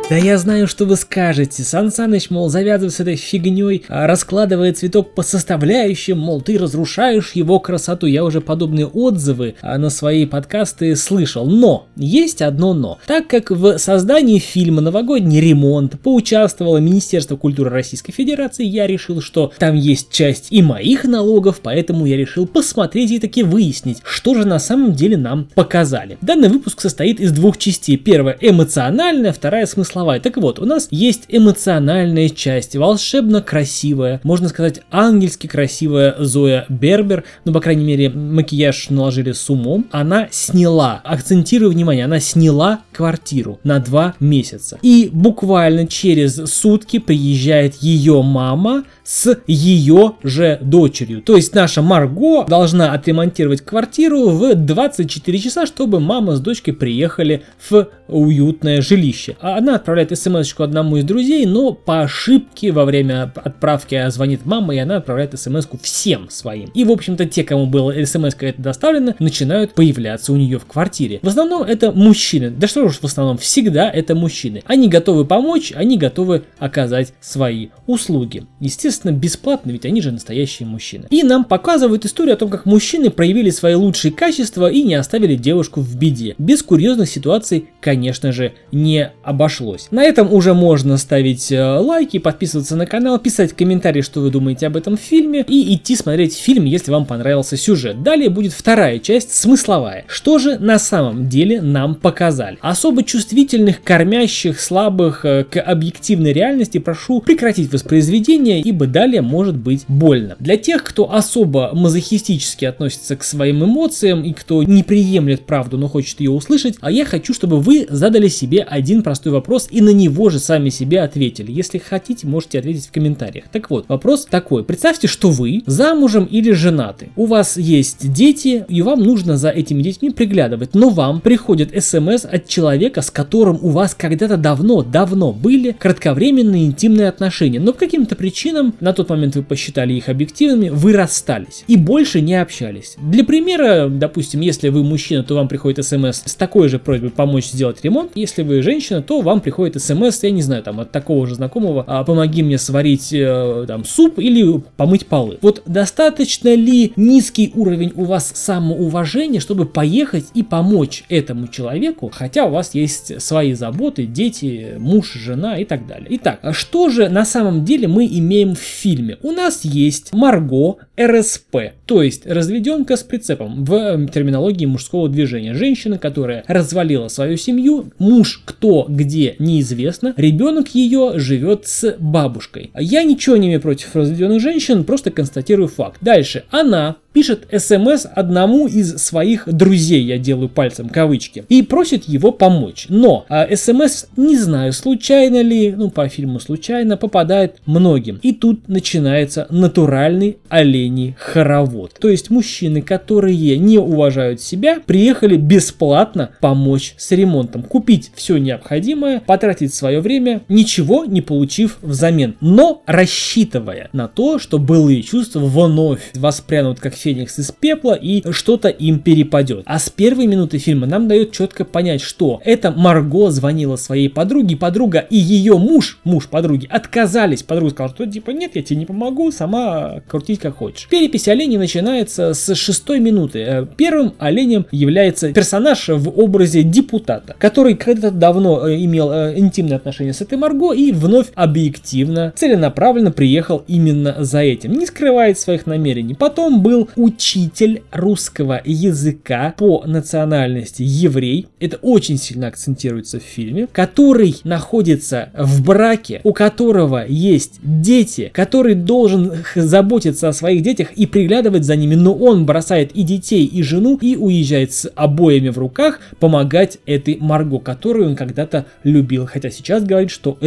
Да я знаю, что вы скажете. Сан Саныч, мол, завязывай с этой фигней, раскладывая цветок по составляющим, мол, ты разрушаешь его красоту. Я уже подобные отзывы на свои подкасты слышал. Но, есть одно но. Так как в создании фильма «Новогодний ремонт» поучаствовало Министерство культуры Российской Федерации, я решил, что там есть часть и моих налогов, поэтому я решил посмотреть и таки выяснить, что же на самом деле нам показали. Данный выпуск состоит из двух частей. Первая эмоциональная, вторая смысловая. Так вот, у нас есть эмоциональная часть, волшебно красивая, можно сказать, ангельски красивая Зоя Бербер, ну, по крайней мере, макияж наложили с умом. Она сняла, акцентирую внимание, она сняла квартиру на 2 месяца. И буквально через сутки приезжает ее мама с ее же дочерью. То есть наша Марго должна отремонтировать квартиру в 24 часа, чтобы мама с дочкой приехали в уютное жилище. Она отправляет смс-очку одному из друзей, но по ошибке во время отправки звонит мама, и она отправляет смс-ку всем своим. И, в общем-то, те, кому была смс-ка это доставлена, начинают появляться у нее в квартире. В основном это мужчины. Да что уж в основном, всегда это мужчины. Они готовы помочь, они готовы оказать свои услуги. Естественно, бесплатно, ведь они же настоящие мужчины. И нам показывают историю о том, как мужчины проявили свои лучшие качества и не оставили девушку в беде. Без курьезных ситуаций, конечно же, не обошлось. На этом уже можно ставить лайки, подписываться на канал, писать комментарии, что вы думаете об этом фильме, и идти смотреть фильм, если вам понравился сюжет. Далее будет вторая часть, смысловая. Что же на самом деле нам показали? Особо чувствительных, кормящих, слабых к объективной реальности прошу прекратить воспроизведение, ибо далее может быть больно. Для тех, кто особо мазохистически относится к своим эмоциям и кто не приемлет правду, но хочет ее услышать, а я хочу, чтобы вы задали себе один простой вопрос и на него же сами себе ответили. Если хотите, можете ответить в комментариях. Так вот, вопрос такой. Представьте, что вы замужем или женаты. У вас есть дети, и вам нужно за этими детьми приглядывать. Но вам приходит смс от человека, с которым у вас когда-то давно были кратковременные интимные отношения. Но по каким-то причинам, на тот момент вы посчитали их объективными, вы расстались и больше не общались. Для примера, допустим, если вы мужчина, то вам приходит смс с такой же просьбой помочь сделать ремонт. Если вы женщина, то вам приходит смс, я не знаю, там, от такого же знакомого, помоги мне сварить там суп или помыть полы. Вот достаточно ли низкий уровень у вас самоуважения, чтобы поехать и помочь этому человеку, хотя у вас есть свои заботы, дети, муж, жена и так далее. Итак, что же на самом деле мы имеем в фильме? У нас есть Марго РСП, то есть разведенка с прицепом в терминологии мужского движения. Женщина, которая развалила свою семью, муж кто где неизвестно, ребенок ее живет с бабушкой. Я ничего не имею против разведенных женщин, просто констатирую факт. Дальше. Она пишет смс одному из своих друзей, я делаю пальцем кавычки, и просит его помочь. Но смс, не знаю, случайно ли, по фильму случайно, попадает многим. И тут начинается натуральный оленей хоровод. То есть мужчины, которые не уважают себя, приехали бесплатно помочь с ремонтом, купить все необходимое, потратить свое время, ничего не получив взамен, но рассчитывая на то, что былые чувства вновь воспрянут как феникс из пепла и что-то им перепадет. А с первой минуты фильма нам дает четко понять, что это Марго звонила своей подруге, подруга и ее муж подруги отказались. Подруга сказала, что типа нет, я тебе не помогу, сама крутить как хочешь. Перепись оленей начинается с 6-й минуты. Первым оленем является персонаж в образе депутата, который когда-то давно имел интимные отношения с этой Марго и вновь объективно, целенаправленно приехал именно за этим, не скрывает своих намерений. Потом был учитель русского языка по национальности еврей, это очень сильно акцентируется в фильме, который находится в браке, у которого есть дети, который должен заботиться о своих детях и приглядывать за ними, но он бросает и детей, и жену, и уезжает с обоями в руках помогать этой Марго, которую он когда-то любил, хотя сейчас говорит, что это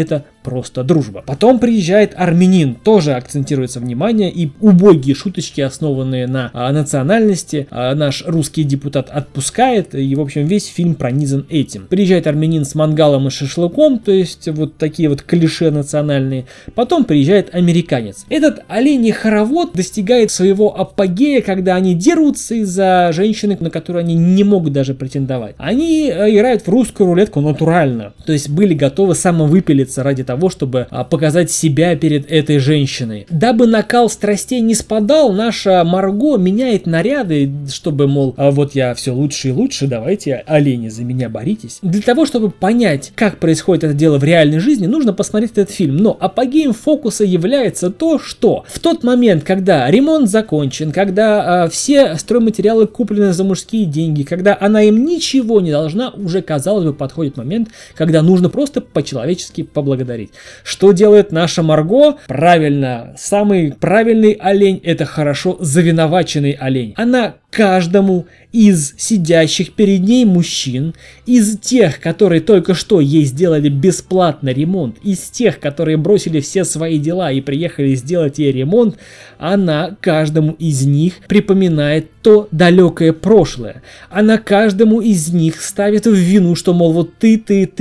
просто дружба. Потом приезжает армянин, тоже акцентируется внимание, и убогие шуточки, основанные на национальности, наш русский депутат отпускает, и, в общем, весь фильм пронизан этим. Приезжает армянин с мангалом и шашлыком, то есть вот такие вот клише национальные. Потом приезжает американец. Этот оленей хоровод достигает своего апогея, когда они дерутся из-за женщины, на которую они не могут даже претендовать. Они играют в русскую рулетку натурально, то есть были готовы самовыпилиться ради того, чтобы показать себя перед этой женщиной. Дабы накал страстей не спадал, наша Марго меняет наряды, чтобы, мол, вот я все лучше и лучше, давайте, олени, за меня боритесь. Для того, чтобы понять, как происходит это дело в реальной жизни, нужно посмотреть этот фильм. Но апогеем фокуса является то, что в тот момент, когда ремонт закончен, когда все стройматериалы куплены за мужские деньги, когда она им ничего не должна, уже, казалось бы, подходит момент, когда нужно просто по-человечески поблагодарить. Что делает наша Марго? Правильно, самый правильный олень — это хорошо завиноваченный олень. Она каждому из сидящих перед ней мужчин, из тех, которые только что ей сделали бесплатно ремонт, из тех, которые бросили все свои дела и приехали сделать ей ремонт, она каждому из них припоминает то далекое прошлое. Она каждому из них ставит в вину, что, мол, вот ты,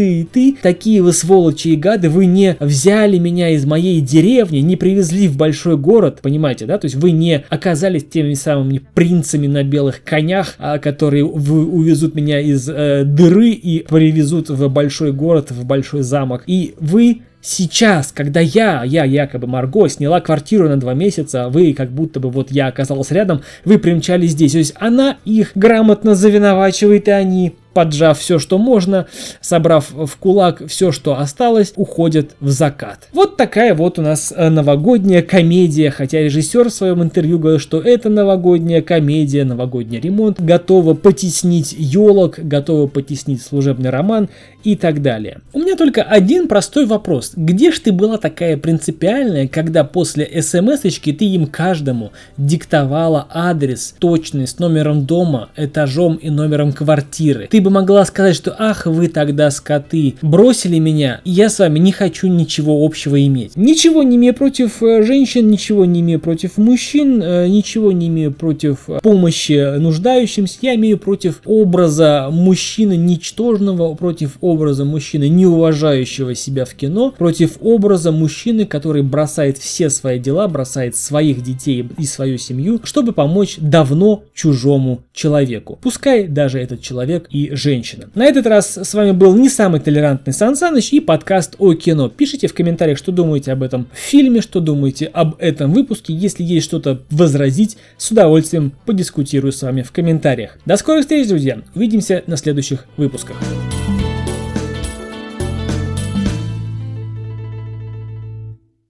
такие вы сволочи и гады, вы не взяли меня из моей деревни, не привезли в большой город, понимаете, да? То есть вы не оказались теми самыми принцами на белых конях, которые увезут меня из дыры и привезут в большой город, в большой замок. И вы сейчас, когда я якобы Марго, сняла квартиру на 2 месяца, вы как будто бы вот я оказалась рядом, вы примчались здесь. То есть она их грамотно завиновачивает, и они, поджав все, что можно, собрав в кулак все, что осталось, уходят в закат. Вот такая вот у нас новогодняя комедия, хотя режиссер в своем интервью говорил, что это новогодняя комедия, новогодний ремонт, готова потеснить елок, готова потеснить служебный роман и так далее. У меня только один простой вопрос. Где ж ты была такая принципиальная, когда после смс-очки ты им каждому диктовала адрес точный с номером дома, этажом и номером квартиры? Ты бы могла сказать, что ах, вы тогда скоты, бросили меня, и я с вами не хочу ничего общего иметь. Ничего не имею против женщин, ничего не имею против мужчин, ничего не имею против помощи нуждающимся, я имею против образа мужчины ничтожного, против образа мужчины, не уважающего себя в кино, против образа мужчины, который бросает все свои дела, бросает своих детей и свою семью, чтобы помочь давно чужому человеку. Пускай даже этот человек и женщина. На этот раз с вами был не самый толерантный Сан Саныч и подкаст о кино. Пишите в комментариях, что думаете об этом фильме, что думаете об этом выпуске. Если есть что-то возразить, с удовольствием подискутирую с вами в комментариях. До скорых встреч, друзья. Увидимся на следующих выпусках.